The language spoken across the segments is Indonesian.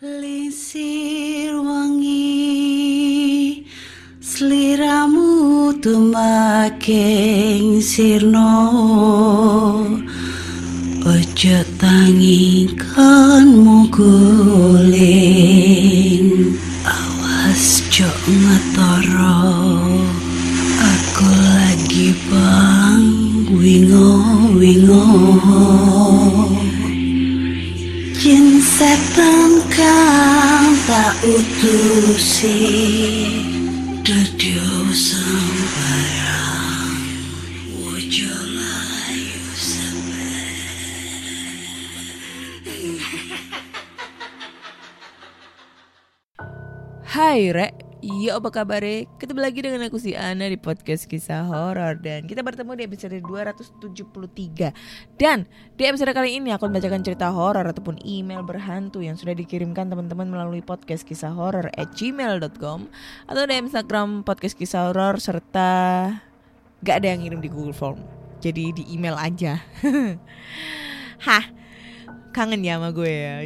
Lisir wangi sliramu tumaking sirno ojo tangi kanmu guling awas jo ngetoro aku lagi bang wingo jin setan kang tak utusi dadio sambarang wojo layu sampai. Hai Rek, iya apa kabar? Ketemu lagi dengan aku si Ana di podcast kisah horor. Dan kita bertemu di episode 273. Dan di episode kali ini aku membacakan cerita horor ataupun email berhantu yang sudah dikirimkan teman-teman melalui podcast kisah horor @gmail.com atau di Instagram podcast kisah horor, serta gak ada yang ngirim di Google Form, jadi di email aja. Hah, kangen ya sama gue ya.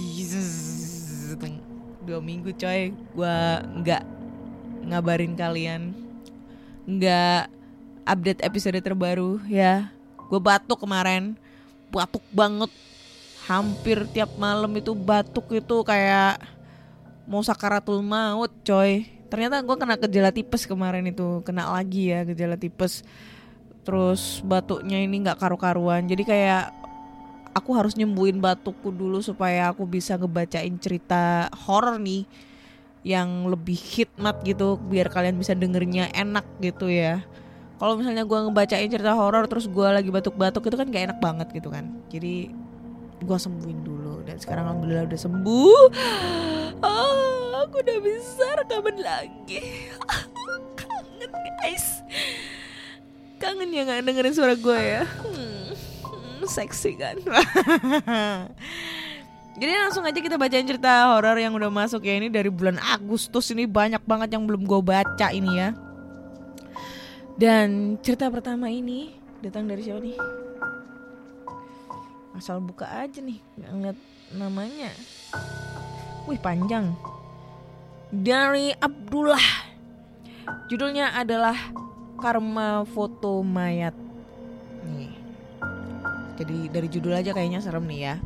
2 minggu coy gue gak ngabarin kalian, gak update episode terbaru ya. Gue batuk kemarin, batuk banget, hampir tiap malam itu batuk itu kayak mau sakaratul maut coy. Ternyata gue kena gejala tipes kemarin itu, kena lagi ya gejala tipes. Terus batuknya ini gak karu-karuan, jadi kayak aku harus nyembuhin batukku dulu supaya aku bisa ngebacain cerita horor nih yang lebih hikmat gitu, biar kalian bisa dengernya enak gitu ya. Kalau misalnya gue ngebacain cerita horor terus gue lagi batuk-batuk itu kan gak enak banget gitu kan. Jadi gue sembuhin dulu, dan sekarang alhamdulillah udah sembuh. Aku udah bisa rekaman lagi. Kangen guys, kangen ya gak dengerin suara gue ya. Seksi kan. Jadi langsung aja kita bacain cerita horor yang udah masuk ya. Ini dari bulan Agustus, ini banyak banget yang belum gue baca ini ya. Dan cerita pertama ini datang dari siapa nih? Asal buka aja nih, gak ngeliat namanya. Wih panjang. Dari Abdullah. Judulnya adalah Karma Foto Mayat. Nih, jadi dari judul aja kayaknya serem nih ya.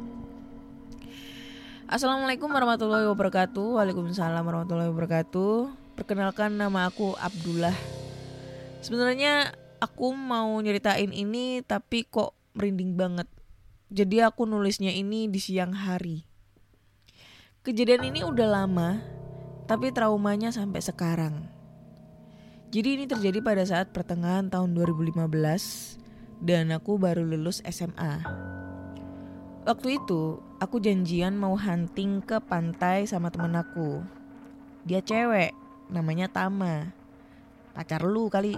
Assalamualaikum warahmatullahi wabarakatuh. Waalaikumsalam warahmatullahi wabarakatuh. Perkenalkan, nama aku Abdullah. Sebenarnya aku mau nyeritain ini tapi kok merinding banget. Jadi aku nulisnya ini di siang hari. Kejadian ini udah lama, tapi traumanya sampai sekarang. Jadi ini terjadi pada saat pertengahan tahun 2015 dan aku baru lulus SMA. Waktu itu aku janjian mau hunting ke pantai sama temen aku. Dia cewek, namanya Tama. Pacar lu kali.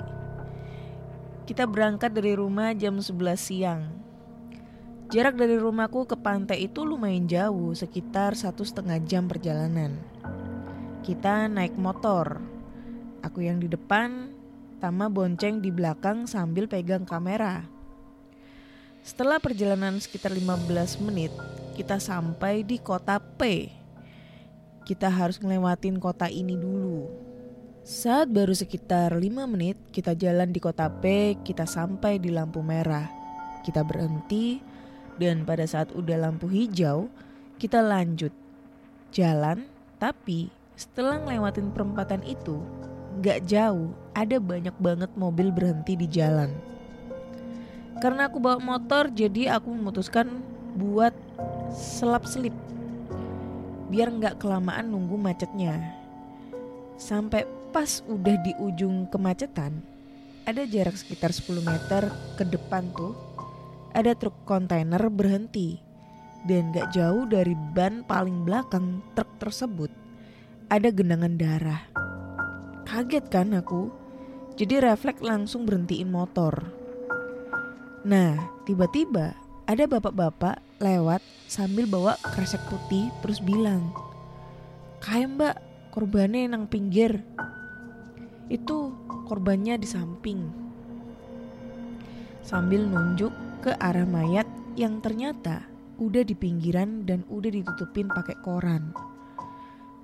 Kita berangkat dari rumah jam 11 siang. Jarak dari rumahku ke pantai itu lumayan jauh, sekitar 1,5 jam perjalanan. Kita naik motor. Aku yang di depan, Tama bonceng di belakang sambil pegang kamera. Setelah perjalanan sekitar 15 menit, kita sampai di kota P. Kita harus ngelewatin kota ini dulu. Saat baru sekitar 5 menit kita jalan di kota P, kita sampai di lampu merah. Kita berhenti, dan pada saat udah lampu hijau, kita lanjut jalan. Tapi setelah ngelewatin perempatan itu, gak jauh ada banyak banget mobil berhenti di jalan. Karena aku bawa motor, jadi aku memutuskan buat selap-selip biar gak kelamaan nunggu macetnya. Sampai pas udah di ujung kemacetan, ada jarak sekitar 10 meter ke depan tuh ada truk kontainer berhenti. Dan gak jauh dari ban paling belakang truk tersebut ada genangan darah. Kaget kan aku, jadi refleks langsung berhentiin motor. Nah, tiba-tiba ada bapak-bapak lewat sambil bawa kresek putih terus bilang, "Kayak mbak, korbannya nang pinggir." Itu korbannya di samping. Sambil nunjuk ke arah mayat yang ternyata udah di pinggiran dan udah ditutupin pakai koran.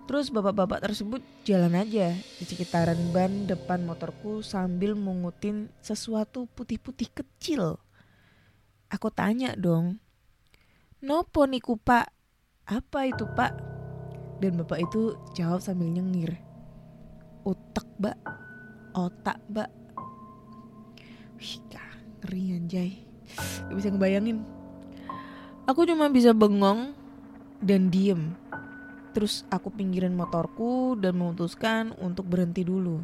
Terus bapak-bapak tersebut jalan aja di sekitaran ban depan motorku sambil mengutin sesuatu putih-putih kecil. Aku tanya dong, "Nopo niku pak? Apa itu pak?" Dan bapak itu jawab sambil nyengir, "Otak mbak, otak mbak." Wih, ngeri anjay. Gak bisa ngebayangin. Aku cuma bisa bengong dan diem. Terus aku pinggirin motorku dan memutuskan untuk berhenti dulu.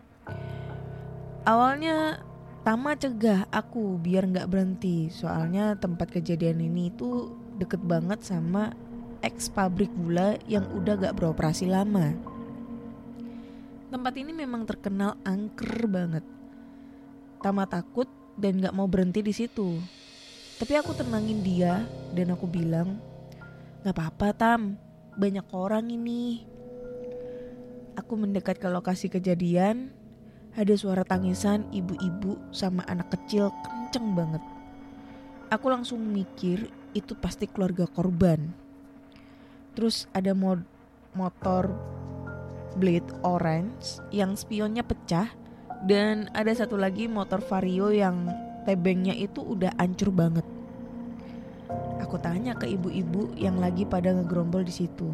Awalnya Tama cegah aku biar gak berhenti. Soalnya tempat kejadian ini itu deket banget sama ex pabrik gula yang udah gak beroperasi lama. Tempat ini memang terkenal angker banget. Tama takut dan gak mau berhenti di situ. Tapi aku tenangin dia dan aku bilang, "Gak apa-apa Tam, banyak orang ini." Aku mendekat ke lokasi kejadian. Ada suara tangisan ibu-ibu sama anak kecil kenceng banget. Aku langsung mikir itu pasti keluarga korban. Terus ada motor Blade Orange yang spionnya pecah. Dan ada satu lagi motor Vario yang tebengnya itu udah hancur banget. Aku tanya ke ibu-ibu yang lagi pada ngegerombol di situ,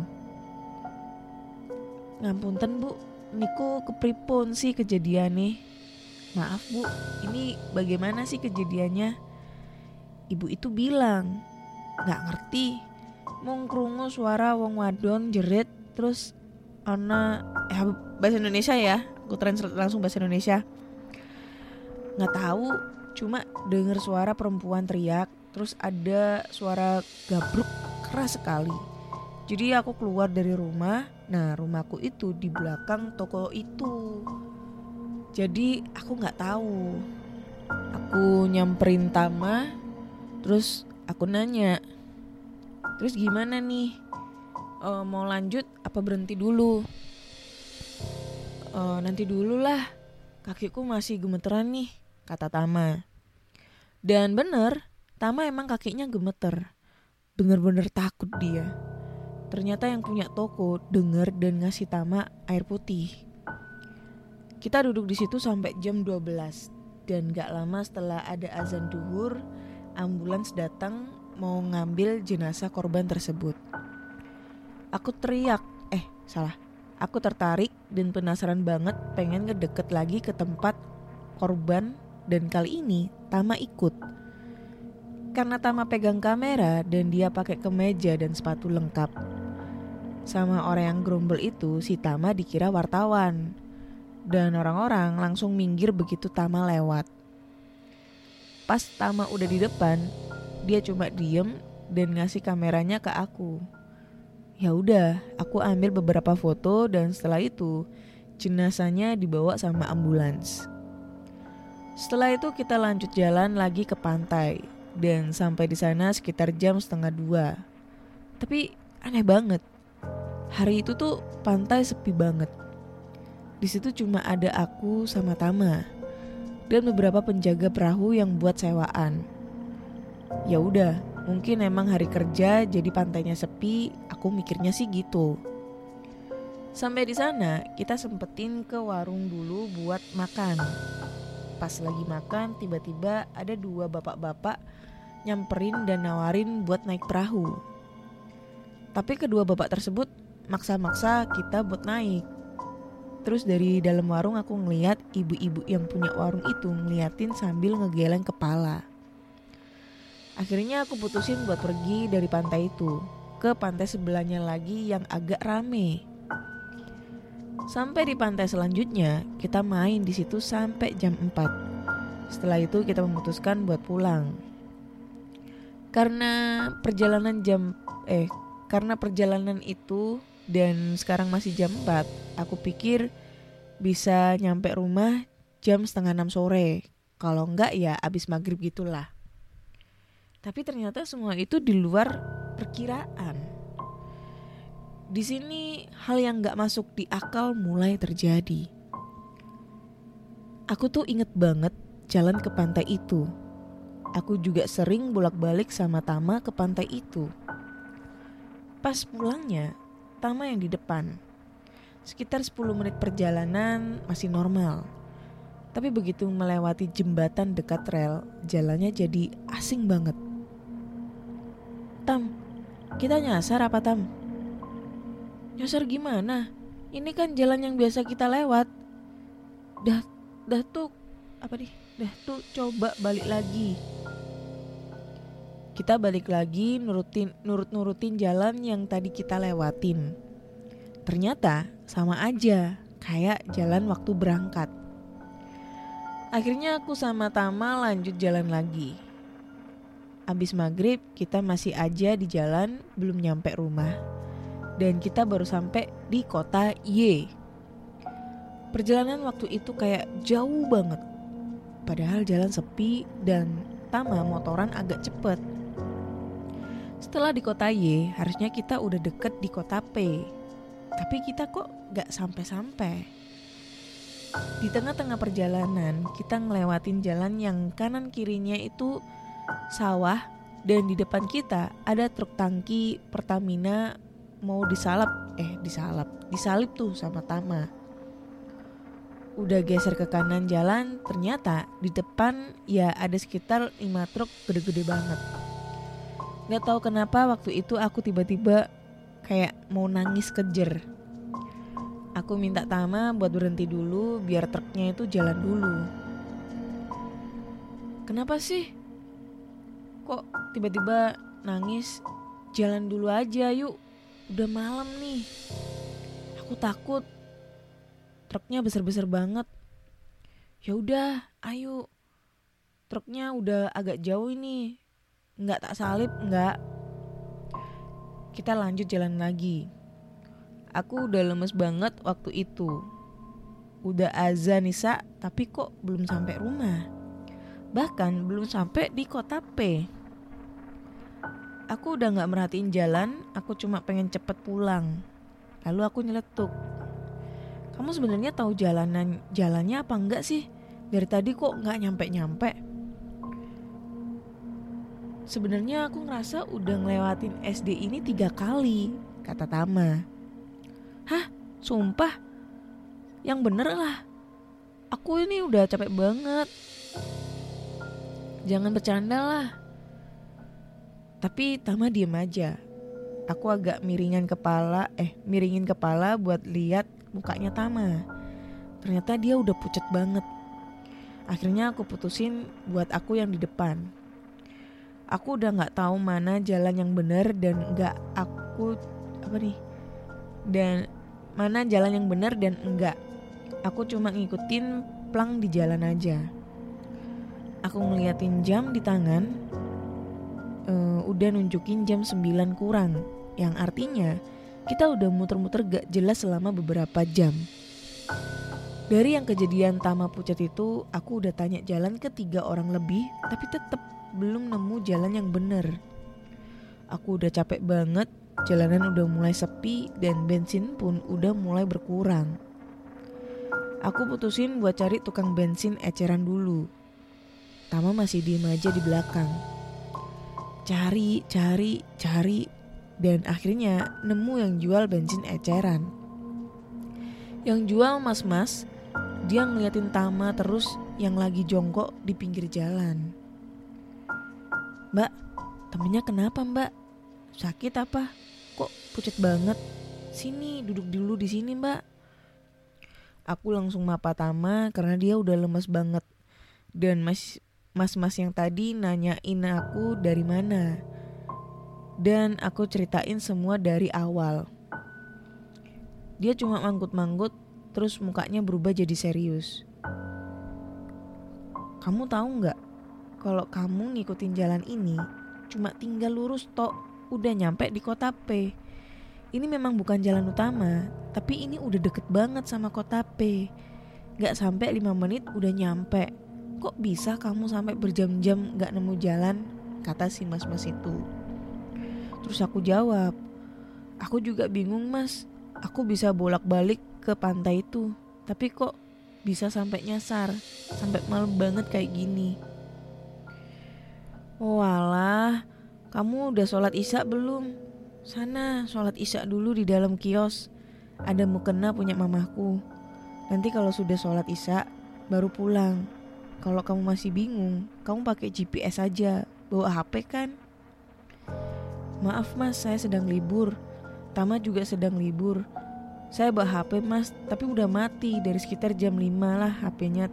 "Ngapunten bu, niku kepripun sih kejadiannya? Maaf bu, ini bagaimana sih kejadiannya?" Ibu itu bilang, "Gak ngerti, mung krungu suara wong wadon jerit terus ana bahasa Indonesia ya, aku translate langsung bahasa Indonesia. Gak tahu, cuma denger suara perempuan teriak. Terus ada suara gabruk keras sekali. Jadi aku keluar dari rumah. Nah rumahku itu di belakang toko itu. Jadi aku gak tahu. Aku nyamperin Tama. Terus aku nanya, "Terus gimana nih? Mau lanjut apa berhenti dulu?" "Nanti dulu lah, kakiku masih gemeteran nih," kata Tama. Dan bener, Tama emang kakinya gemeter. Bener-bener takut dia. Ternyata yang punya toko denger dan ngasih Tama air putih. Kita duduk di situ sampai jam 12. Dan gak lama setelah ada azan duhur, ambulans datang mau ngambil jenazah korban tersebut. Aku tertarik dan penasaran banget pengen ngedeket lagi ke tempat korban. Dan kali ini Tama ikut. Karena Tama pegang kamera dan dia pakai kemeja dan sepatu lengkap. Sama orang yang gerombol itu, si Tama dikira wartawan. Dan orang-orang langsung minggir begitu Tama lewat. Pas Tama udah di depan, dia cuma diem dan ngasih kameranya ke aku. Ya udah, aku ambil beberapa foto dan setelah itu jenazahnya dibawa sama ambulans. Setelah itu kita lanjut jalan lagi ke pantai. Dan sampai di sana sekitar jam 1:30. Tapi aneh banget. Hari itu tuh pantai sepi banget. Di situ cuma ada aku sama Tama dan beberapa penjaga perahu yang buat sewaan. Ya udah, mungkin emang hari kerja jadi pantainya sepi, aku mikirnya sih gitu. Sampai di sana kita sempetin ke warung dulu buat makan. Pas lagi makan tiba-tiba ada 2 bapak-bapak nyamperin dan nawarin buat naik perahu. Tapi kedua bapak tersebut maksa-maksa kita buat naik. Terus dari dalam warung aku ngeliat ibu-ibu yang punya warung itu ngeliatin sambil ngegeleng kepala. Akhirnya aku putusin buat pergi dari pantai itu ke pantai sebelahnya lagi yang agak rame. Sampai di pantai selanjutnya kita main di situ sampai jam 4. Setelah itu kita memutuskan buat pulang. Karena perjalanan itu dan sekarang masih jam 4, aku pikir bisa nyampe rumah jam 5:30 sore. Kalau enggak ya abis maghrib gitulah. Tapi ternyata semua itu di luar perkiraan. Di sini hal yang enggak masuk di akal mulai terjadi. Aku tuh inget banget jalan ke pantai itu. Aku juga sering bolak-balik sama Tama ke pantai itu. Pas pulangnya, Tama yang di depan. Sekitar 10 menit perjalanan masih normal. Tapi begitu melewati jembatan dekat rel, jalannya jadi asing banget. Tam, kita nyasar apa Tam? Nyasar gimana? Ini kan jalan yang biasa kita lewat. Dah tuh coba balik lagi. Kita balik lagi nurutin jalan yang tadi kita lewatin. Ternyata sama aja kayak jalan waktu berangkat. Akhirnya aku sama Tama lanjut jalan lagi. Abis maghrib kita masih aja di jalan, belum nyampe rumah. Dan kita baru sampai di kota Y. Perjalanan waktu itu kayak jauh banget. Padahal jalan sepi dan Tama motoran agak cepet. Setelah di kota Y, harusnya kita udah deket di kota P. Tapi kita kok gak sampai-sampai. Di tengah-tengah perjalanan, kita ngelewatin jalan yang kanan kirinya itu sawah. Dan di depan kita ada truk tangki Pertamina mau disalip tuh sama Tama. Udah geser ke kanan jalan, ternyata di depan ya ada sekitar 5 truk gede-gede banget. Gak tahu kenapa waktu itu aku tiba-tiba kayak mau nangis kejer. Aku minta Tama buat berhenti dulu biar truknya itu jalan dulu. Kenapa sih? Kok tiba-tiba nangis? Jalan dulu aja yuk. Udah malam nih. Aku takut. Truknya besar-besar banget. Ya udah, ayo. Truknya udah agak jauh ini. Enggak tak salip, enggak. Kita lanjut jalan lagi. Aku udah lemes banget waktu itu. Udah azan Isya, tapi kok belum sampai rumah. Bahkan belum sampai di kota P. Aku udah gak merhatiin jalan, aku cuma pengen cepet pulang. Lalu aku nyeletuk. Kamu sebenarnya tahu jalannya apa enggak sih? Dari tadi kok gak nyampe-nyampe? Sebenarnya aku ngerasa udah ngelewatin SD ini 3 kali, kata Tama. Hah? Sumpah? Yang bener lah. Aku ini udah capek banget. Jangan bercanda lah. Tapi Tama diem aja. Aku agak miringin kepala buat lihat mukanya Tama. Ternyata dia udah pucet banget. Akhirnya aku putusin buat aku yang di depan. Aku udah nggak tahu mana jalan yang benar mana jalan yang benar dan enggak. Aku cuma ngikutin plang di jalan aja. Aku ngeliatin jam di tangan, udah nunjukin jam 9 kurang, yang artinya kita udah muter-muter gak jelas selama beberapa jam. Dari yang kejadian Tama pucat itu, aku udah tanya jalan ke 3 orang lebih, tapi tetap belum nemu jalan yang bener. Aku udah capek banget, jalanan udah mulai sepi dan bensin pun udah mulai berkurang. Aku putusin buat cari tukang bensin eceran dulu. Tama masih diem aja di belakang. Cari, dan akhirnya nemu yang jual bensin eceran. Yang jual mas-mas, dia ngeliatin Tama terus yang lagi jongkok di pinggir jalan. Mbak, temennya kenapa mbak? Sakit apa? Kok pucat banget? Sini, duduk dulu di sini mbak. Aku langsung mapa Tama karena dia udah lemes banget. Dan mas-mas yang tadi nanyain aku dari mana. Dan aku ceritain semua dari awal. Dia cuma manggut-manggut, terus mukanya berubah jadi serius. Kamu tahu nggak? Kalau kamu ngikutin jalan ini, cuma tinggal lurus tok, udah nyampe di kota P. Ini memang bukan jalan utama, tapi ini udah deket banget sama kota P. Gak sampai 5 menit udah nyampe. Kok bisa kamu sampai berjam-jam gak nemu jalan? Kata si mas-mas itu. Terus aku jawab, aku juga bingung mas. Aku bisa bolak-balik ke pantai itu, tapi kok bisa sampai nyasar, sampai malam banget kayak gini. Walah, kamu udah sholat isya belum? Sana sholat isya dulu di dalam kios. Ada mukena punya mamaku. Nanti kalau sudah sholat isya baru pulang. Kalau kamu masih bingung, kamu pakai GPS aja. Bawa HP kan? Maaf mas, saya sedang libur. Tama juga sedang libur. Saya bawa HP mas, tapi udah mati dari sekitar jam 5 lah HP-nya.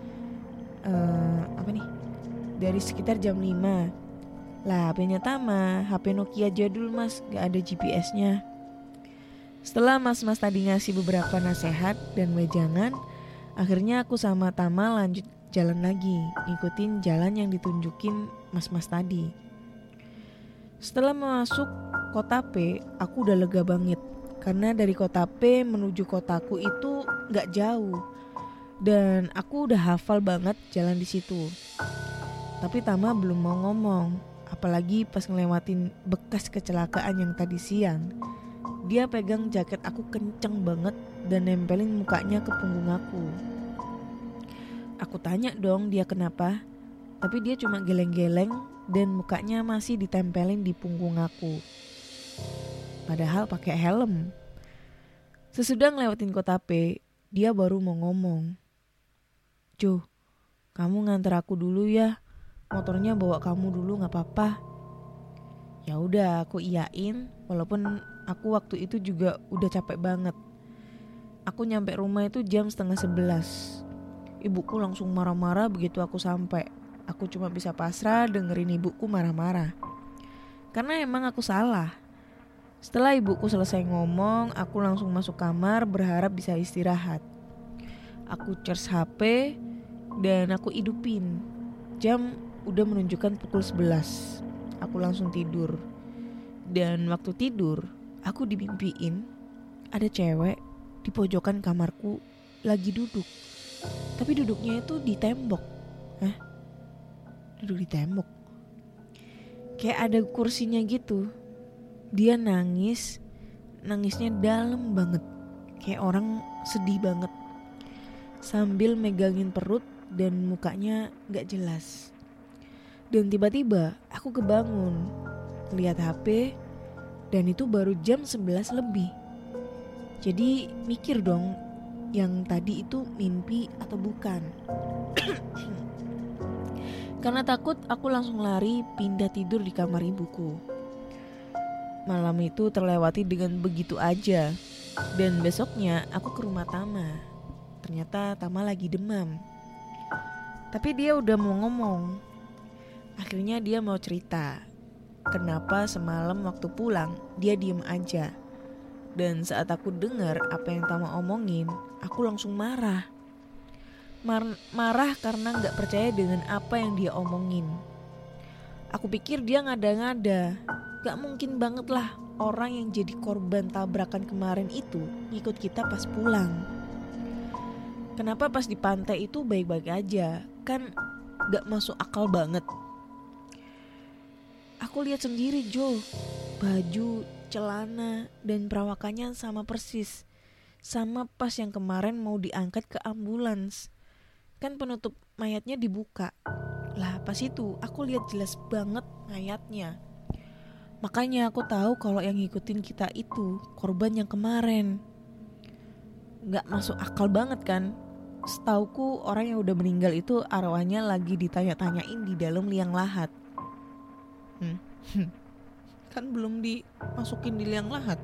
Dari sekitar jam 5. Lah HP-nya Tama, HP Nokia jadul mas, gak ada GPS-nya. Setelah mas-mas tadi ngasih beberapa nasihat dan wejangan, akhirnya aku sama Tama lanjut jalan lagi, ngikutin jalan yang ditunjukin mas-mas tadi. Setelah masuk kota P, aku udah lega banget. Karena dari kota P menuju kotaku itu gak jauh. Dan aku udah hafal banget jalan di situ. Tapi Tama belum mau ngomong, apalagi pas ngelewatin bekas kecelakaan yang tadi siang. Dia pegang jaket aku kenceng banget dan nempelin mukanya ke punggung aku. Aku tanya dong dia kenapa, tapi dia cuma geleng-geleng dan mukanya masih ditempelin di punggung aku. Padahal pakai helm. Sesudah ngelewatin kota P, dia baru mau ngomong. Jo, kamu nganter aku dulu ya. Motornya bawa kamu dulu gak apa-apa. Ya udah, aku iyain walaupun aku waktu itu juga udah capek banget. Aku nyampe rumah itu jam 10:30. Ibuku langsung marah-marah begitu aku sampai. Aku cuma bisa pasrah dengerin ibuku marah-marah. Karena emang aku salah. Setelah ibuku selesai ngomong, aku langsung masuk kamar berharap bisa istirahat. Aku charge HP dan aku hidupin. Jam udah menunjukkan pukul 11. Aku langsung tidur. Dan waktu tidur, aku dimimpiin ada cewek di pojokan kamarku lagi duduk. Tapi duduknya itu di tembok. Duduk di tembok. Kayak ada kursinya gitu. Dia nangis. Nangisnya dalam banget. Kayak orang sedih banget. Sambil megangin perut dan mukanya gak jelas. Dan tiba-tiba aku kebangun, lihat HP, dan itu baru jam 11 lebih. Jadi mikir dong, yang tadi itu mimpi atau bukan. Karena takut, aku langsung lari pindah tidur di kamar ibuku. Malam itu terlewati dengan begitu aja. Dan besoknya aku ke rumah Tama. Ternyata Tama lagi demam. Tapi dia udah mau ngomong. Akhirnya dia mau cerita kenapa semalam waktu pulang dia diem aja. Dan saat aku dengar apa yang Tama omongin, aku langsung marah. Marah karena gak percaya dengan apa yang dia omongin. Aku pikir dia ngada-ngada. Gak mungkin banget lah orang yang jadi korban tabrakan kemarin itu ngikut kita pas pulang. Kenapa pas di pantai itu baik-baik aja? Kan gak masuk akal banget. Aku lihat sendiri Jo, baju, celana, dan perawakannya sama persis. Sama pas yang kemarin mau diangkat ke ambulans. Kan penutup mayatnya dibuka. Lah pas itu aku lihat jelas banget mayatnya. Makanya aku tahu kalau yang ngikutin kita itu korban yang kemarin. Gak masuk akal banget kan? Setauku orang yang udah meninggal itu arwahnya lagi ditanya-tanyain di dalam liang lahat. Kan belum dimasukin di liang lahat.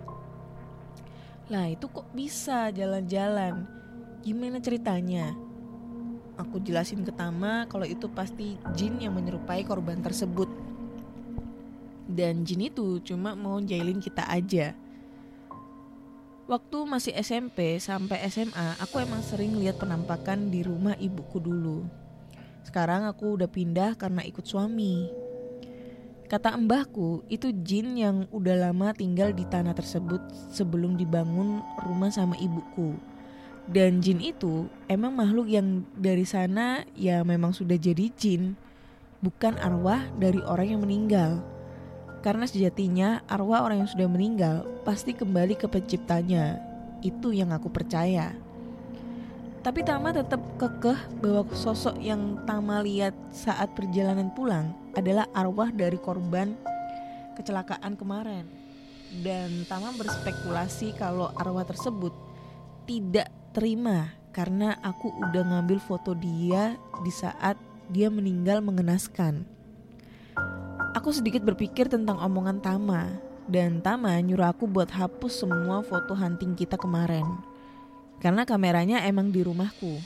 Lah itu kok bisa jalan-jalan? Gimana ceritanya? Aku jelasin ke Tama kalau itu pasti jin yang menyerupai korban tersebut. Dan jin itu cuma mau jailin kita aja. Waktu masih SMP sampai SMA, aku emang sering lihat penampakan di rumah ibuku dulu. Sekarang aku udah pindah karena ikut suami. Kata mbahku, itu jin yang udah lama tinggal di tanah tersebut sebelum dibangun rumah sama ibuku. Dan jin itu emang makhluk yang dari sana ya memang sudah jadi jin, bukan arwah dari orang yang meninggal. Karena sejatinya arwah orang yang sudah meninggal pasti kembali ke penciptanya. Itu yang aku percaya. Tapi Tama tetap kekeh bahwa sosok yang Tama lihat saat perjalanan pulang adalah arwah dari korban kecelakaan kemarin. dan Tama berspekulasi kalau arwah tersebut tidak terima karena aku udah ngambil foto dia di saat dia meninggal mengenaskan. Aku sedikit berpikir tentang omongan Tama, dan Tama nyuruh aku buat hapus semua foto hunting kita kemarin karena kameranya emang di rumahku.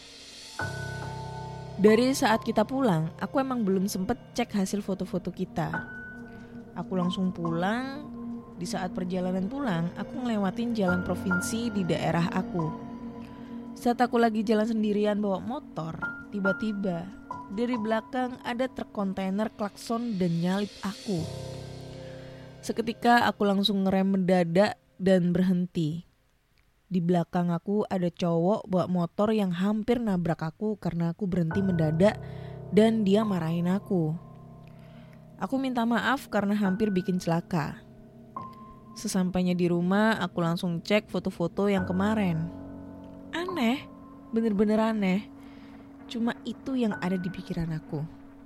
Dari saat kita pulang, aku emang belum sempet cek hasil foto-foto kita. Aku langsung pulang. Di saat perjalanan pulang, aku ngelewatin jalan provinsi di daerah aku. Saat aku lagi jalan sendirian bawa motor, tiba-tiba dari belakang ada truk kontainer klakson dan nyalip aku. Seketika aku langsung ngerem mendadak dan berhenti. Di belakang aku ada cowok bawa motor yang hampir nabrak aku karena aku berhenti mendadak dan dia marahin aku. Aku minta maaf karena hampir bikin celaka. Sesampainya di rumah, aku langsung cek foto-foto yang kemarin. Aneh, bener-bener aneh. Cuma itu yang ada di pikiran aku.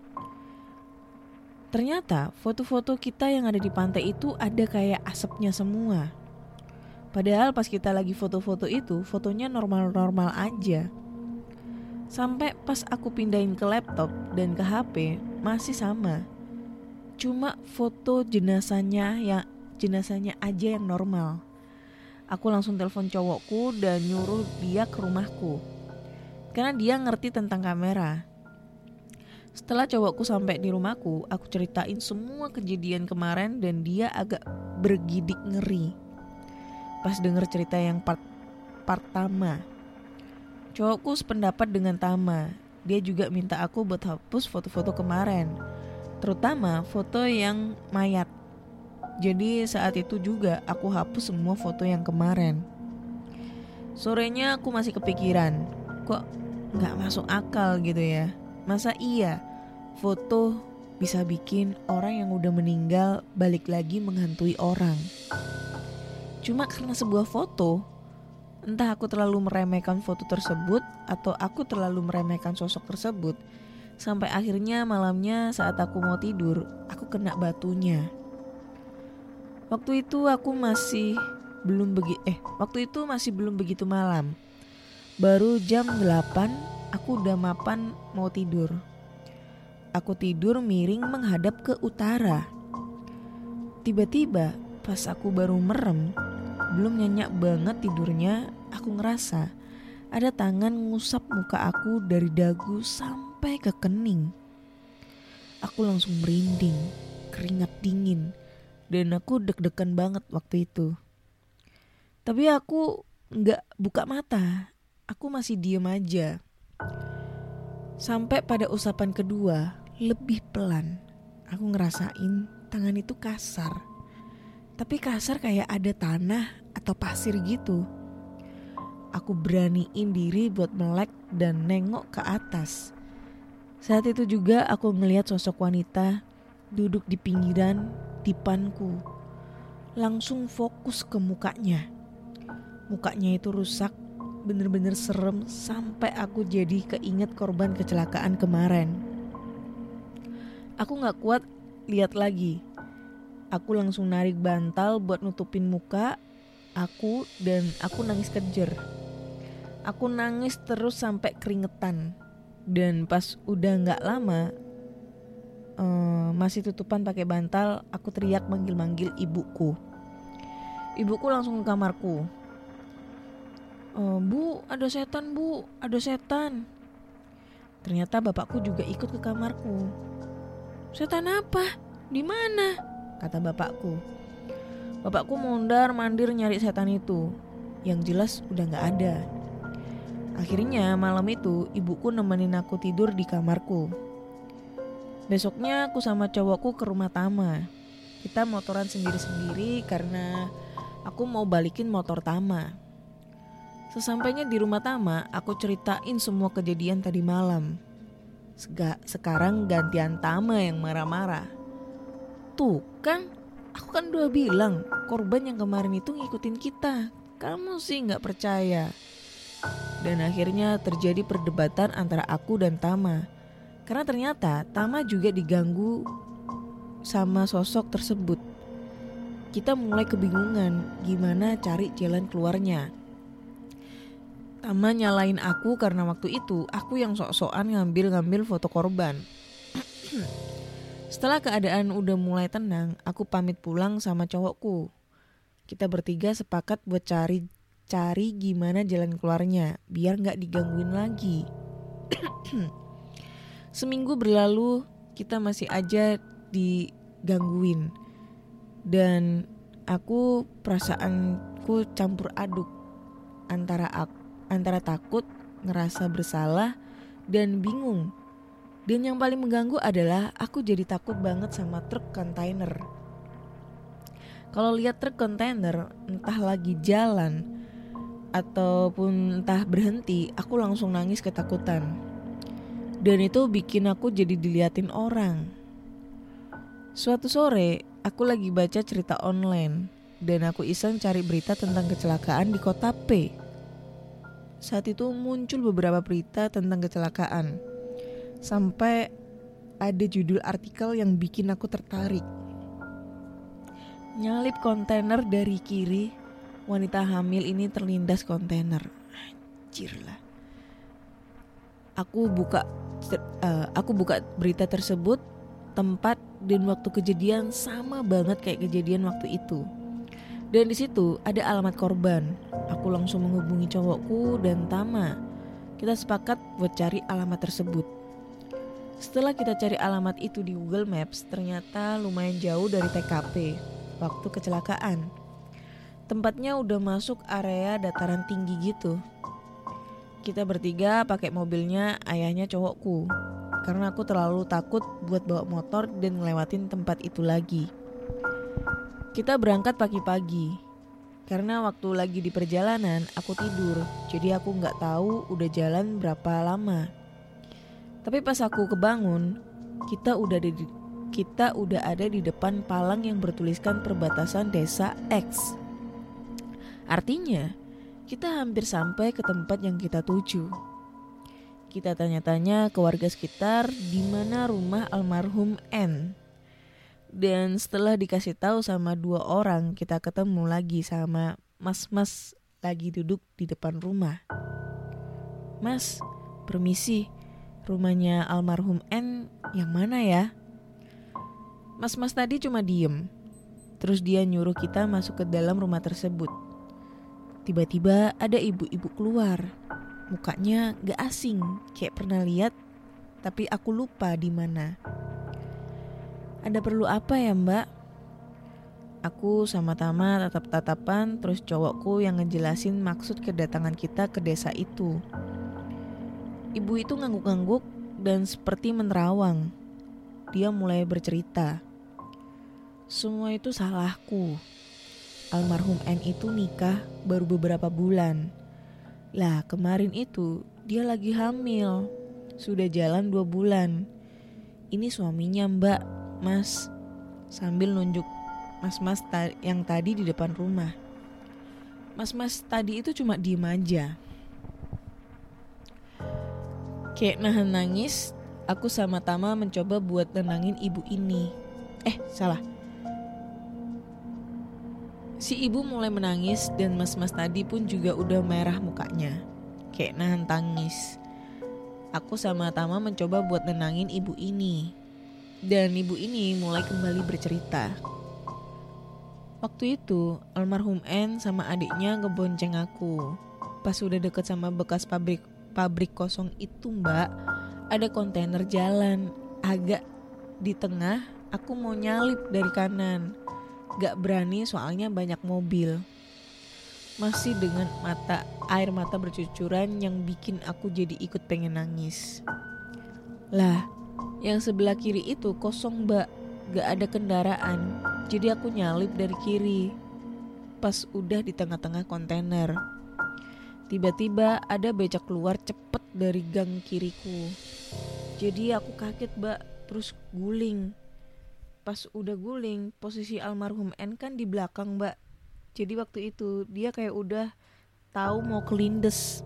Ternyata foto-foto kita yang ada di pantai itu ada kayak asapnya semua. Padahal pas kita lagi foto-foto itu, fotonya normal-normal aja. Sampai pas aku pindahin ke laptop dan ke HP, masih sama. Cuma foto jenazahnya aja yang normal. Aku langsung telepon cowokku dan nyuruh dia ke rumahku karena dia ngerti tentang kamera. Setelah cowokku sampai di rumahku, aku ceritain semua kejadian kemarin dan dia agak bergidik ngeri pas denger cerita yang part Tama. Cowokku sependapat dengan Tama. Dia juga minta aku buat hapus foto-foto kemarin, terutama foto yang mayat. Jadi saat itu juga aku hapus semua foto yang kemarin. Sorenya aku masih kepikiran, kok gak masuk akal gitu ya. Masa iya foto bisa bikin orang yang udah meninggal balik lagi menghantui orang? Cuma karena sebuah foto. Entah aku terlalu meremehkan foto tersebut atau aku terlalu meremehkan sosok tersebut, sampai akhirnya malamnya saat aku mau tidur, aku kena batunya. Waktu itu masih belum begitu malam. Baru jam 8 aku udah mapan mau tidur. Aku tidur miring menghadap ke utara. Tiba-tiba pas aku baru merem, belum nyenyak banget tidurnya, aku ngerasa ada tangan ngusap muka aku dari dagu sampai ke kening. Aku langsung merinding, keringat dingin. Dan aku deg-degan banget waktu itu. Tapi aku gak buka mata. Aku masih diem aja. Sampai pada usapan kedua, lebih pelan. Aku ngerasain tangan itu kasar. Tapi kasar kayak ada tanah atau pasir gitu. Aku beraniin diri buat melek dan nengok ke atas. Saat itu juga aku ngelihat sosok wanita duduk di pinggiran depanku. Langsung fokus ke mukanya. Mukanya itu rusak, bener-bener serem sampai aku jadi keinget korban kecelakaan kemarin. Aku gak kuat lihat lagi. Aku langsung narik bantal buat nutupin muka aku dan aku nangis kejer. Aku nangis terus sampai keringetan. Dan pas udah gak lama masih tutupan pakai bantal, aku teriak manggil-manggil ibuku. Ibuku langsung ke kamarku. Bu, ada setan bu, ada setan. Ternyata bapakku juga ikut ke kamarku. Setan apa? Di mana? Kata bapakku. Bapakku mondar-mandir nyari setan itu. Yang jelas udah gak ada. Akhirnya malam itu ibuku nemenin aku tidur di kamarku. Besoknya aku sama cowokku ke rumah Tama. Kita motoran sendiri-sendiri karena aku mau balikin motor Tama. Sesampainya di rumah Tama, aku ceritain semua kejadian tadi malam. Sekarang gantian Tama yang marah-marah. Tuh kan, aku kan udah bilang korban yang kemarin itu ngikutin kita. Kamu sih gak percaya. Dan akhirnya terjadi perdebatan antara aku dan Tama. Karena ternyata Tama juga diganggu sama sosok tersebut. kita mulai kebingungan gimana cari jalan keluarnya. Tama nyalain aku karena waktu itu aku yang sok-sokan ngambil foto korban. Setelah keadaan udah mulai tenang, aku pamit pulang sama cowokku. Kita bertiga sepakat buat cari gimana jalan keluarnya biar gak digangguin lagi. Seminggu berlalu, kita masih aja digangguin. Dan perasaanku campur aduk antara takut, ngerasa bersalah, dan bingung. Dan yang paling mengganggu adalah aku jadi takut banget sama truk kontainer. Kalau lihat truk kontainer, entah lagi jalan ataupun entah berhenti, aku langsung nangis ketakutan. Dan itu bikin aku jadi diliatin orang. Suatu sore, aku lagi baca cerita online dan aku iseng cari berita tentang kecelakaan di kota P. Saat itu muncul beberapa berita tentang kecelakaan. Sampai ada judul artikel yang bikin aku tertarik. Nyalip kontainer dari kiri, wanita hamil ini terlindas kontainer. Anjir lah. Aku buka berita tersebut, tempat dan waktu kejadian sama banget kayak kejadian waktu itu. Dan di situ ada alamat korban. Aku langsung menghubungi cowokku dan Tama. Kita sepakat buat cari alamat tersebut. Setelah kita cari alamat itu di Google Maps, ternyata lumayan jauh dari TKP waktu kecelakaan. Tempatnya udah masuk area dataran tinggi gitu. Kita bertiga pakai mobilnya ayahnya cowokku. Karena aku terlalu takut buat bawa motor dan ngelewatin tempat itu lagi. Kita berangkat pagi-pagi. Karena waktu lagi di perjalanan aku tidur. Jadi aku gak tahu udah jalan berapa lama. Tapi pas aku kebangun, kita udah ada di depan palang yang bertuliskan perbatasan desa X. Artinya, kita hampir sampai ke tempat yang kita tuju. Kita tanya-tanya ke warga sekitar di mana rumah almarhum N. Dan setelah dikasih tahu sama 2 orang, kita ketemu lagi sama mas-mas lagi duduk di depan rumah. Mas, permisi. Rumahnya almarhum N yang mana ya? Mas-mas tadi cuma diem. Terus dia nyuruh kita masuk ke dalam rumah tersebut. Tiba-tiba ada ibu-ibu keluar. Mukanya gak asing, kayak pernah lihat, tapi aku lupa di mana. Ada perlu apa ya mbak? Aku sama Tama tatap-tatapan, terus cowokku yang ngejelasin maksud kedatangan kita ke desa itu. Ibu itu ngangguk-ngangguk dan seperti menerawang. Dia mulai bercerita. Semua itu salahku. Almarhum N itu nikah baru beberapa bulan. Lah kemarin itu dia lagi hamil. Sudah jalan 2 bulan. Ini suaminya mbak, mas. Sambil nunjuk mas-mas yang tadi di depan rumah. Mas-mas tadi itu cuma diem aja. Kayak nahan nangis, aku sama Tama mencoba buat tenangin ibu ini. Salah. Si ibu mulai menangis dan mas-mas tadi pun juga udah merah mukanya. Kayak nahan tangis. Aku sama Tama mencoba buat tenangin ibu ini. Dan ibu ini mulai kembali bercerita. Waktu itu almarhum N sama adiknya ngebonceng aku. Pas udah deket sama bekas pabrik kosong itu mbak, ada kontainer jalan agak di tengah. Aku mau nyalip dari kanan, gak berani soalnya banyak mobil. Masih dengan air mata bercucuran yang bikin aku jadi ikut pengen nangis. Lah, yang sebelah kiri itu kosong mbak, gak ada kendaraan. Jadi aku nyalip dari kiri. Pas udah di tengah-tengah kontainer, tiba-tiba ada becak keluar cepet dari gang kiriku. Jadi aku kaget mbak, terus guling. Pas udah guling, posisi almarhum N kan di belakang mbak. Jadi waktu itu dia kayak udah tahu mau kelindes.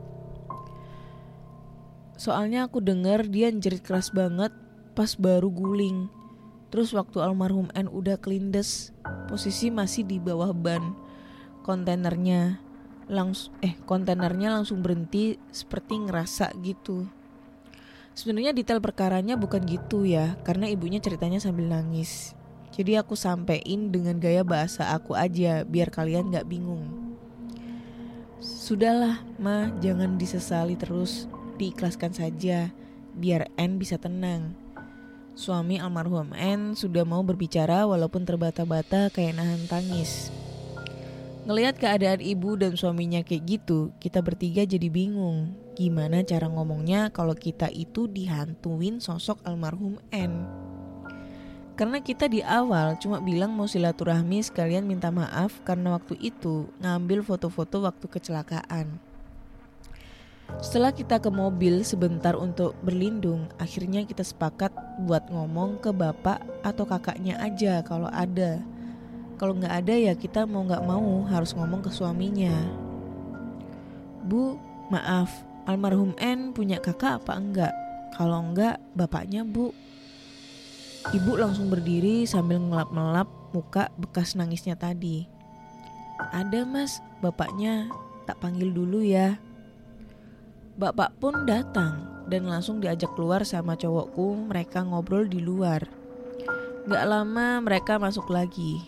Soalnya aku denger dia jerit keras banget pas baru guling. Terus waktu almarhum N udah kelindes, posisi masih di bawah ban kontainernya. Kontainernya langsung berhenti seperti ngerasa gitu. Sebenarnya detail perkaranya bukan gitu ya, karena ibunya ceritanya sambil nangis. Jadi aku sampein dengan gaya bahasa aku aja biar kalian gak bingung. Sudahlah Ma, jangan disesali terus, diikhlaskan saja biar N bisa tenang. Suami almarhum N sudah mau berbicara walaupun terbata-bata kayak nahan tangis. Ngelihat keadaan ibu dan suaminya kayak gitu, kita bertiga jadi bingung. Gimana cara ngomongnya kalau kita itu dihantuin sosok almarhum N? Karena kita di awal cuma bilang mau silaturahmi sekalian minta maaf karena waktu itu ngambil foto-foto waktu kecelakaan. Setelah kita ke mobil sebentar untuk berlindung, akhirnya kita sepakat buat ngomong ke bapak atau kakaknya aja kalau ada. Kalau nggak ada ya kita mau nggak mau harus ngomong ke suaminya. Bu, maaf, almarhum N punya kakak apa enggak? Kalau enggak, bapaknya Bu. Ibu langsung berdiri sambil ngelap-ngelap muka bekas nangisnya tadi. Ada Mas, bapaknya, tak panggil dulu ya. Bapak pun datang dan langsung diajak keluar sama cowokku. Mereka ngobrol di luar. Gak lama mereka masuk lagi.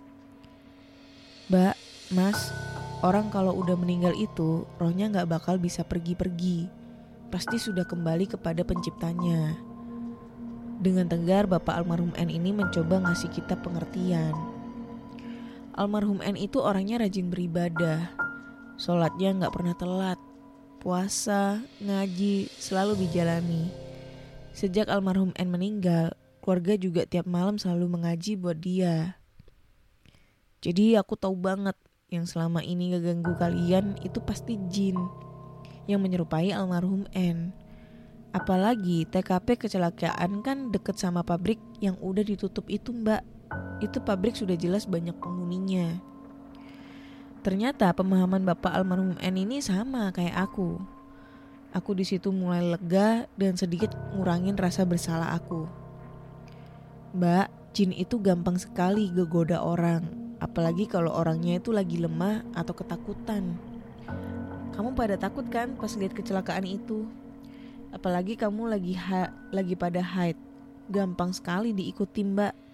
Mbak, Mas, orang kalau udah meninggal itu rohnya gak bakal bisa pergi-pergi. Pasti sudah kembali kepada penciptanya. Dengan tegar bapak almarhum N ini mencoba ngasih kita pengertian. Almarhum N itu orangnya rajin beribadah. Sholatnya gak pernah telat. Puasa, ngaji, selalu dijalani. Sejak almarhum N meninggal, keluarga juga tiap malam selalu mengaji buat dia. Jadi aku tahu banget yang selama ini ngeganggu kalian itu pasti jin yang menyerupai almarhum N. Apalagi TKP kecelakaan kan deket sama pabrik yang udah ditutup itu Mbak. Itu pabrik sudah jelas banyak penghuninya. Ternyata pemahaman bapak almarhum N ini sama kayak aku. Aku di situ mulai lega dan sedikit ngurangin rasa bersalah aku. Mbak, jin itu gampang sekali ngegoda orang, apalagi kalau orangnya itu lagi lemah atau ketakutan. Kamu pada takut kan pas lihat kecelakaan itu? Apalagi kamu lagi pada haid, gampang sekali diikuti Mbak.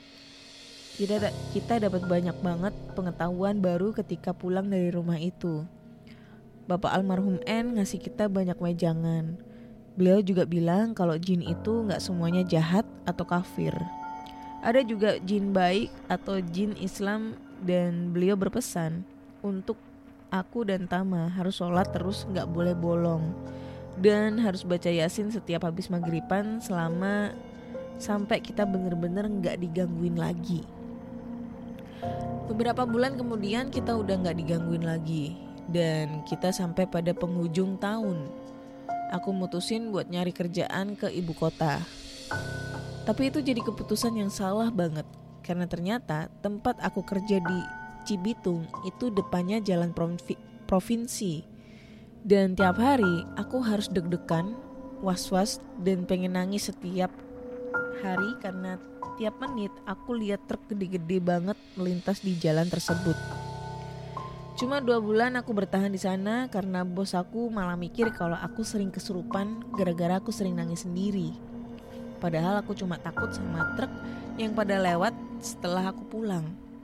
Kita dapat banyak banget pengetahuan baru ketika pulang dari rumah itu. Bapak almarhum N ngasih kita banyak wejangan. Beliau juga bilang kalau jin itu gak semuanya jahat atau kafir. Ada juga jin baik atau jin Islam, dan beliau berpesan untuk aku dan Tama harus sholat terus gak boleh bolong. Dan harus baca Yasin setiap habis maghriban sampai kita bener-bener gak digangguin lagi. Beberapa bulan kemudian kita udah gak digangguin lagi. Dan kita sampai pada penghujung tahun. Aku mutusin buat nyari kerjaan ke ibu kota. Tapi itu jadi keputusan yang salah banget. Karena ternyata tempat aku kerja di Cibitung itu depannya jalan provinsi. Dan tiap hari aku harus deg-degan, was-was, dan pengen nangis setiap hari karena tiap menit aku lihat truk gede-gede banget melintas di jalan tersebut. Cuma 2 bulan aku bertahan di sana karena bos aku malah mikir kalau aku sering kesurupan gara-gara aku sering nangis sendiri. Padahal aku cuma takut sama truk yang pada lewat setelah aku pulang.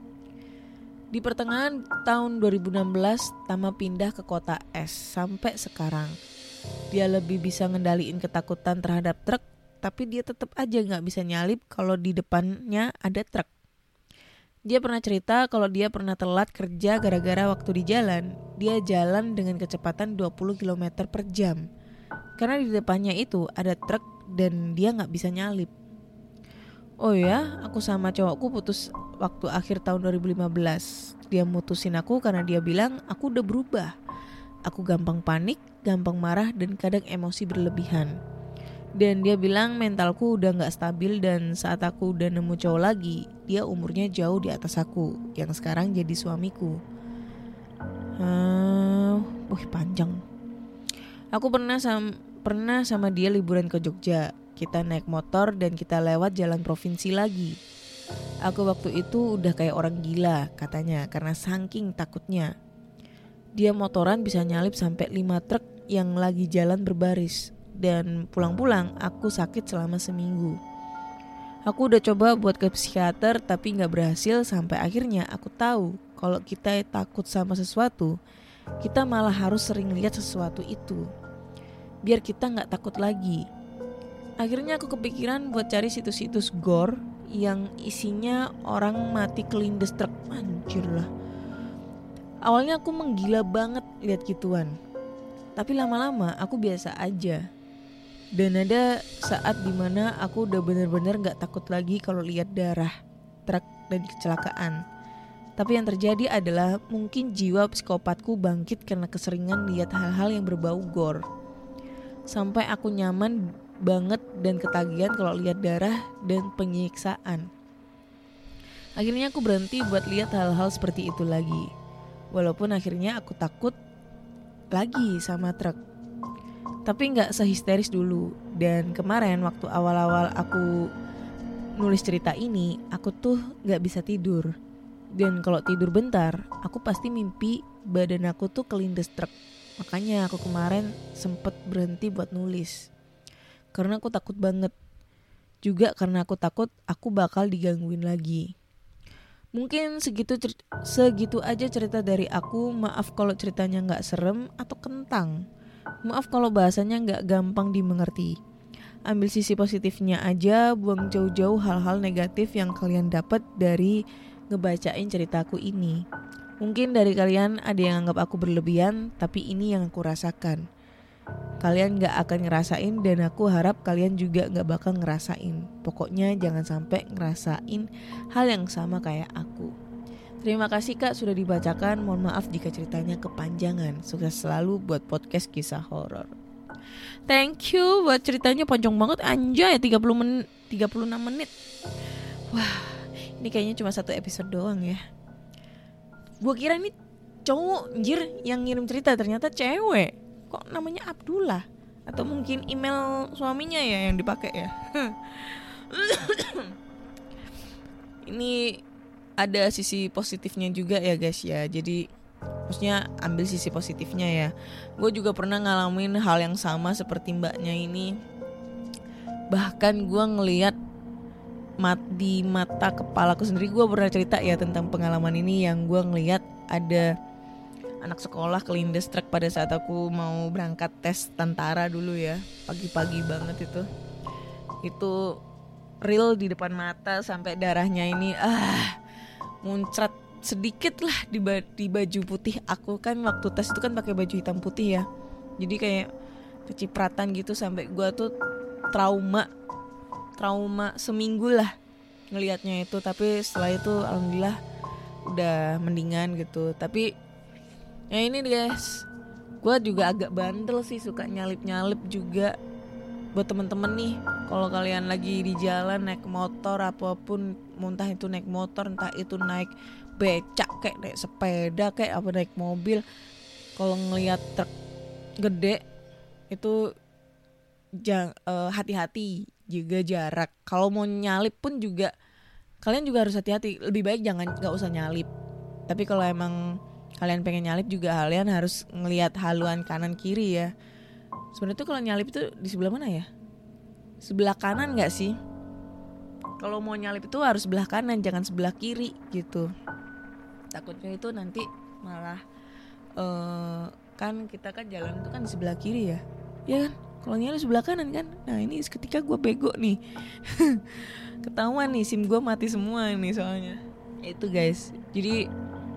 Di pertengahan tahun 2016, Tama pindah ke kota S sampai sekarang. Dia lebih bisa ngendaliin ketakutan terhadap truk, tapi dia tetap aja gak bisa nyalip kalau di depannya ada truk. Dia pernah cerita kalau dia pernah telat kerja gara-gara waktu di jalan, dia jalan dengan kecepatan 20 km per jam. Karena di depannya itu ada truk dan dia gak bisa nyalip. Oh ya, aku sama cowokku putus waktu akhir tahun 2015. Dia mutusin aku karena dia bilang aku udah berubah. Aku gampang panik, gampang marah, dan kadang emosi berlebihan. Dan dia bilang mentalku udah gak stabil, dan saat aku udah nemu cowok lagi, dia umurnya jauh di atas aku, yang sekarang jadi suamiku. Panjang. Aku pernah sama dia liburan ke Jogja. Kita naik motor dan kita lewat jalan provinsi lagi. Aku waktu itu udah kayak orang gila katanya karena saking takutnya. Dia motoran bisa nyalip sampai 5 truk yang lagi jalan berbaris. Dan pulang-pulang aku sakit selama seminggu. Aku udah coba buat ke psikiater tapi gak berhasil. Sampai akhirnya aku tahu kalau kita takut sama sesuatu, kita malah harus sering lihat sesuatu itu biar kita gak takut lagi. Akhirnya aku kepikiran buat cari situs-situs gore yang isinya orang mati kelindes truk. Anjir lah. Awalnya aku menggila banget lihat gituan. Tapi lama-lama aku biasa aja. Dan ada saat dimana aku udah bener-bener gak takut lagi kalau lihat darah, truk, dan kecelakaan. Tapi yang terjadi adalah mungkin jiwa psikopatku bangkit karena keseringan lihat hal-hal yang berbau gore. Sampai aku nyaman banget dan ketagihan kalau lihat darah dan penyiksaan. Akhirnya aku berhenti buat lihat hal-hal seperti itu lagi. Walaupun akhirnya aku takut lagi sama truk. Tapi gak sehisteris dulu. Dan kemarin waktu awal-awal aku nulis cerita ini, aku tuh gak bisa tidur. Dan kalau tidur bentar, aku pasti mimpi badan aku tuh kelindes truk. Makanya aku kemarin sempet berhenti buat nulis. Karena aku takut banget. Juga karena aku takut aku bakal digangguin lagi. Mungkin segitu aja cerita dari aku. Maaf kalau ceritanya gak serem atau kentang. Maaf kalau bahasanya gak gampang dimengerti. Ambil sisi positifnya aja, buang jauh-jauh hal-hal negatif yang kalian dapat dari ngebacain ceritaku ini. Mungkin dari kalian ada yang anggap aku berlebihan, tapi ini yang aku rasakan. Kalian gak akan ngerasain dan aku harap kalian juga gak bakal ngerasain. Pokoknya jangan sampai ngerasain hal yang sama kayak aku. Terima kasih Kak sudah dibacakan. Mohon maaf jika ceritanya kepanjangan. Sukses selalu buat podcast kisah horor. Thank you buat ceritanya, panjang banget anjay, 36 menit. Wah, ini kayaknya cuma satu episode doang ya. Gua kira ini cowok anjir yang ngirim cerita, ternyata cewek. Kok namanya Abdullah? Atau mungkin email suaminya ya yang dipakai ya. Ini ada sisi positifnya juga ya guys ya. Jadi maksudnya ambil sisi positifnya ya. Gue juga pernah ngalamin hal yang sama seperti mbaknya ini. Bahkan gue ngelihat di mata kepalaku sendiri. Gue pernah cerita ya tentang pengalaman ini yang gue ngelihat ada anak sekolah kelindes truk pada saat aku mau berangkat tes tentara dulu ya. Pagi-pagi banget itu. Itu real di depan mata sampai darahnya ini muncrat sedikit lah di baju putih aku. Kan waktu tes itu kan pakai baju hitam putih ya. Jadi kayak kecipratan gitu sampai gue tuh trauma seminggu lah ngelihatnya itu. Tapi setelah itu alhamdulillah udah mendingan gitu. Tapi ya ini guys, gue juga agak bandel sih, suka nyalip juga. Buat temen-temen nih, kalau kalian lagi di jalan naik motor apapun, entah itu naik motor, entah itu naik becak kayak naik sepeda kayak apa naik mobil, kalau ngelihat truk gede itu hati-hati, juga jarak. Kalau mau nyalip pun juga kalian juga harus hati-hati. Lebih baik nggak usah nyalip. Tapi kalau emang kalian pengen nyalip juga kalian harus ngelihat haluan kanan kiri ya. Sebenarnya tuh kalau nyalip itu di sebelah mana ya? Sebelah kanan nggak sih? Kalau mau nyalip itu harus sebelah kanan, jangan sebelah kiri gitu. Takutnya itu nanti malah kan kita kan jalan itu kan di sebelah kiri ya, ya kan? Kalau nyalip sebelah kanan kan. Nah ini ketika gue bego nih, ketahuan nih SIM gue mati semua nih soalnya. Itu guys. Jadi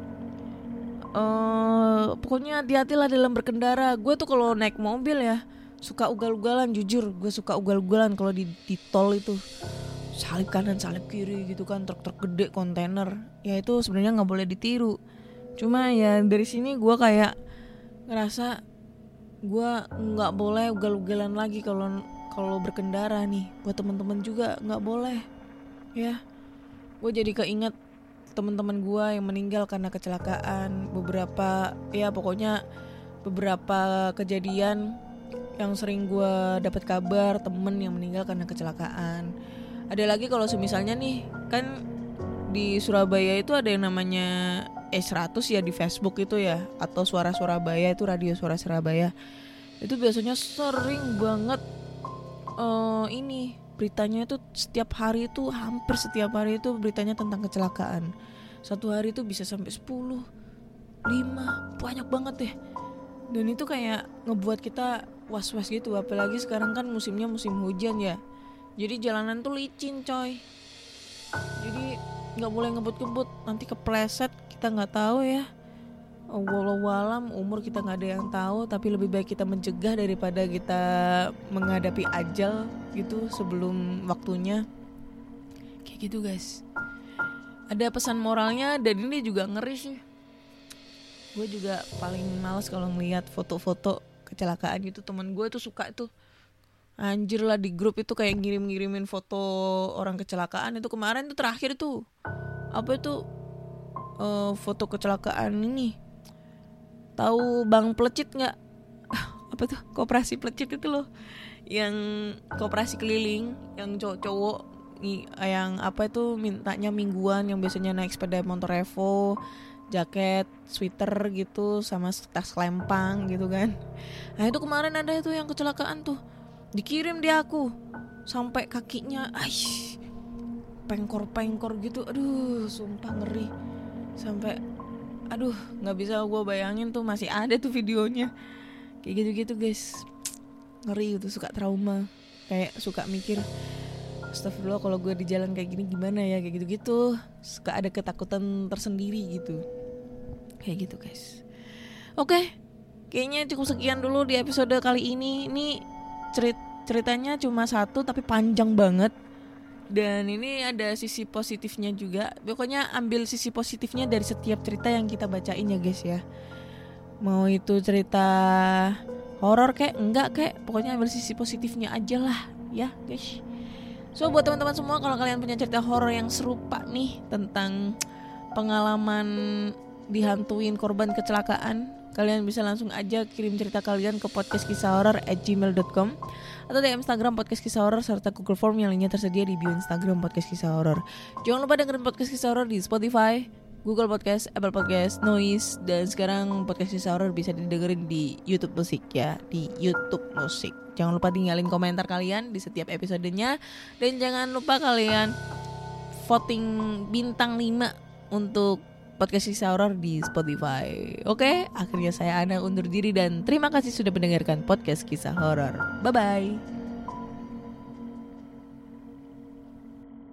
pokoknya hati-hatilah dalam berkendara. Gue tuh kalau naik mobil ya suka ugal-ugalan, jujur gue suka ugal-ugalan kalau di tol itu. Salip kanan, salip kiri gitu kan, truk-truk gede, kontainer. Ya itu sebenarnya nggak boleh ditiru. Cuma ya dari sini gue kayak ngerasa gue nggak boleh ugal-ugalan lagi kalau berkendara nih. Buat teman-teman juga nggak boleh. Ya, gue jadi keinget teman-teman gue yang meninggal karena kecelakaan. Beberapa kejadian yang sering gue dapat kabar temen yang meninggal karena kecelakaan. Ada lagi kalau misalnya nih, kan di Surabaya itu ada yang namanya E100 ya di Facebook itu ya, atau Suara Surabaya, itu radio Suara Surabaya. Itu biasanya sering banget ini beritanya itu setiap hari itu, hampir setiap hari itu beritanya tentang kecelakaan. Satu hari itu bisa sampai 10, 5, banyak banget deh. Dan itu kayak ngebuat kita was-was gitu, apalagi sekarang kan musimnya musim hujan ya. Jadi jalanan tuh licin coy. Jadi nggak boleh ngebut-ngebut, nanti kepleset kita nggak tahu ya. Walau-walam umur kita nggak ada yang tahu, tapi lebih baik kita mencegah daripada kita menghadapi ajal gitu sebelum waktunya. Kayak gitu guys. Ada pesan moralnya dan ini juga ngeri sih. Gue juga paling males kalau ngeliat foto-foto kecelakaan gitu. Temen gue tuh suka tuh, anjir lah, di grup itu kayak ngirim-ngirimin foto orang kecelakaan. Itu kemarin tuh terakhir tuh apa itu foto kecelakaan ini. Tahu Bang Plecit nggak? Apa tuh koperasi Plecit itu loh, yang koperasi keliling, yang cowok-cowok yang apa itu mintanya mingguan, yang biasanya naik sepeda motor Evo, jaket, sweater gitu, sama tas kelempang gitu kan. Nah itu kemarin ada itu yang kecelakaan tuh, dikirim di aku sampai kakinya pengkor-pengkor gitu. Aduh sumpah ngeri. Sampai aduh gak bisa gue bayangin tuh, masih ada tuh videonya. Kayak gitu-gitu guys, ngeri gitu, suka trauma. Kayak suka mikir, astagfirullah kalau gue di jalan kayak gini gimana ya, kayak gitu-gitu. Suka ada ketakutan tersendiri gitu. Kayak gitu guys. Oke, kayaknya cukup sekian dulu di episode kali ini. Ini ceritanya cuma satu tapi panjang banget. Dan ini ada sisi positifnya juga. Pokoknya ambil sisi positifnya dari setiap cerita yang kita bacain ya guys ya. Mau itu cerita horor kayak enggak kayak, pokoknya ambil sisi positifnya aja lah ya guys. So buat teman-teman semua, kalau kalian punya cerita horor yang serupa nih tentang pengalaman dihantuin korban kecelakaan, kalian bisa langsung aja kirim cerita kalian ke podcastkisahhoror@gmail.com atau di Instagram Podcast Kisah Horor serta Google Form yang lainnya tersedia di bio Instagram Podcast Kisah Horor. Jangan lupa dengerin Podcast Kisah Horor di Spotify, Google Podcast, Apple Podcast, Noise, dan sekarang Podcast Kisah Horor bisa didengerin di YouTube Musik ya, di YouTube Musik. Jangan lupa tinggalin komentar kalian di setiap episodenya, dan jangan lupa kalian voting bintang 5 untuk Podcast Kisah Horor di Spotify. Oke, akhirnya saya Ana undur diri dan terima kasih sudah mendengarkan Podcast Kisah Horor. Bye bye.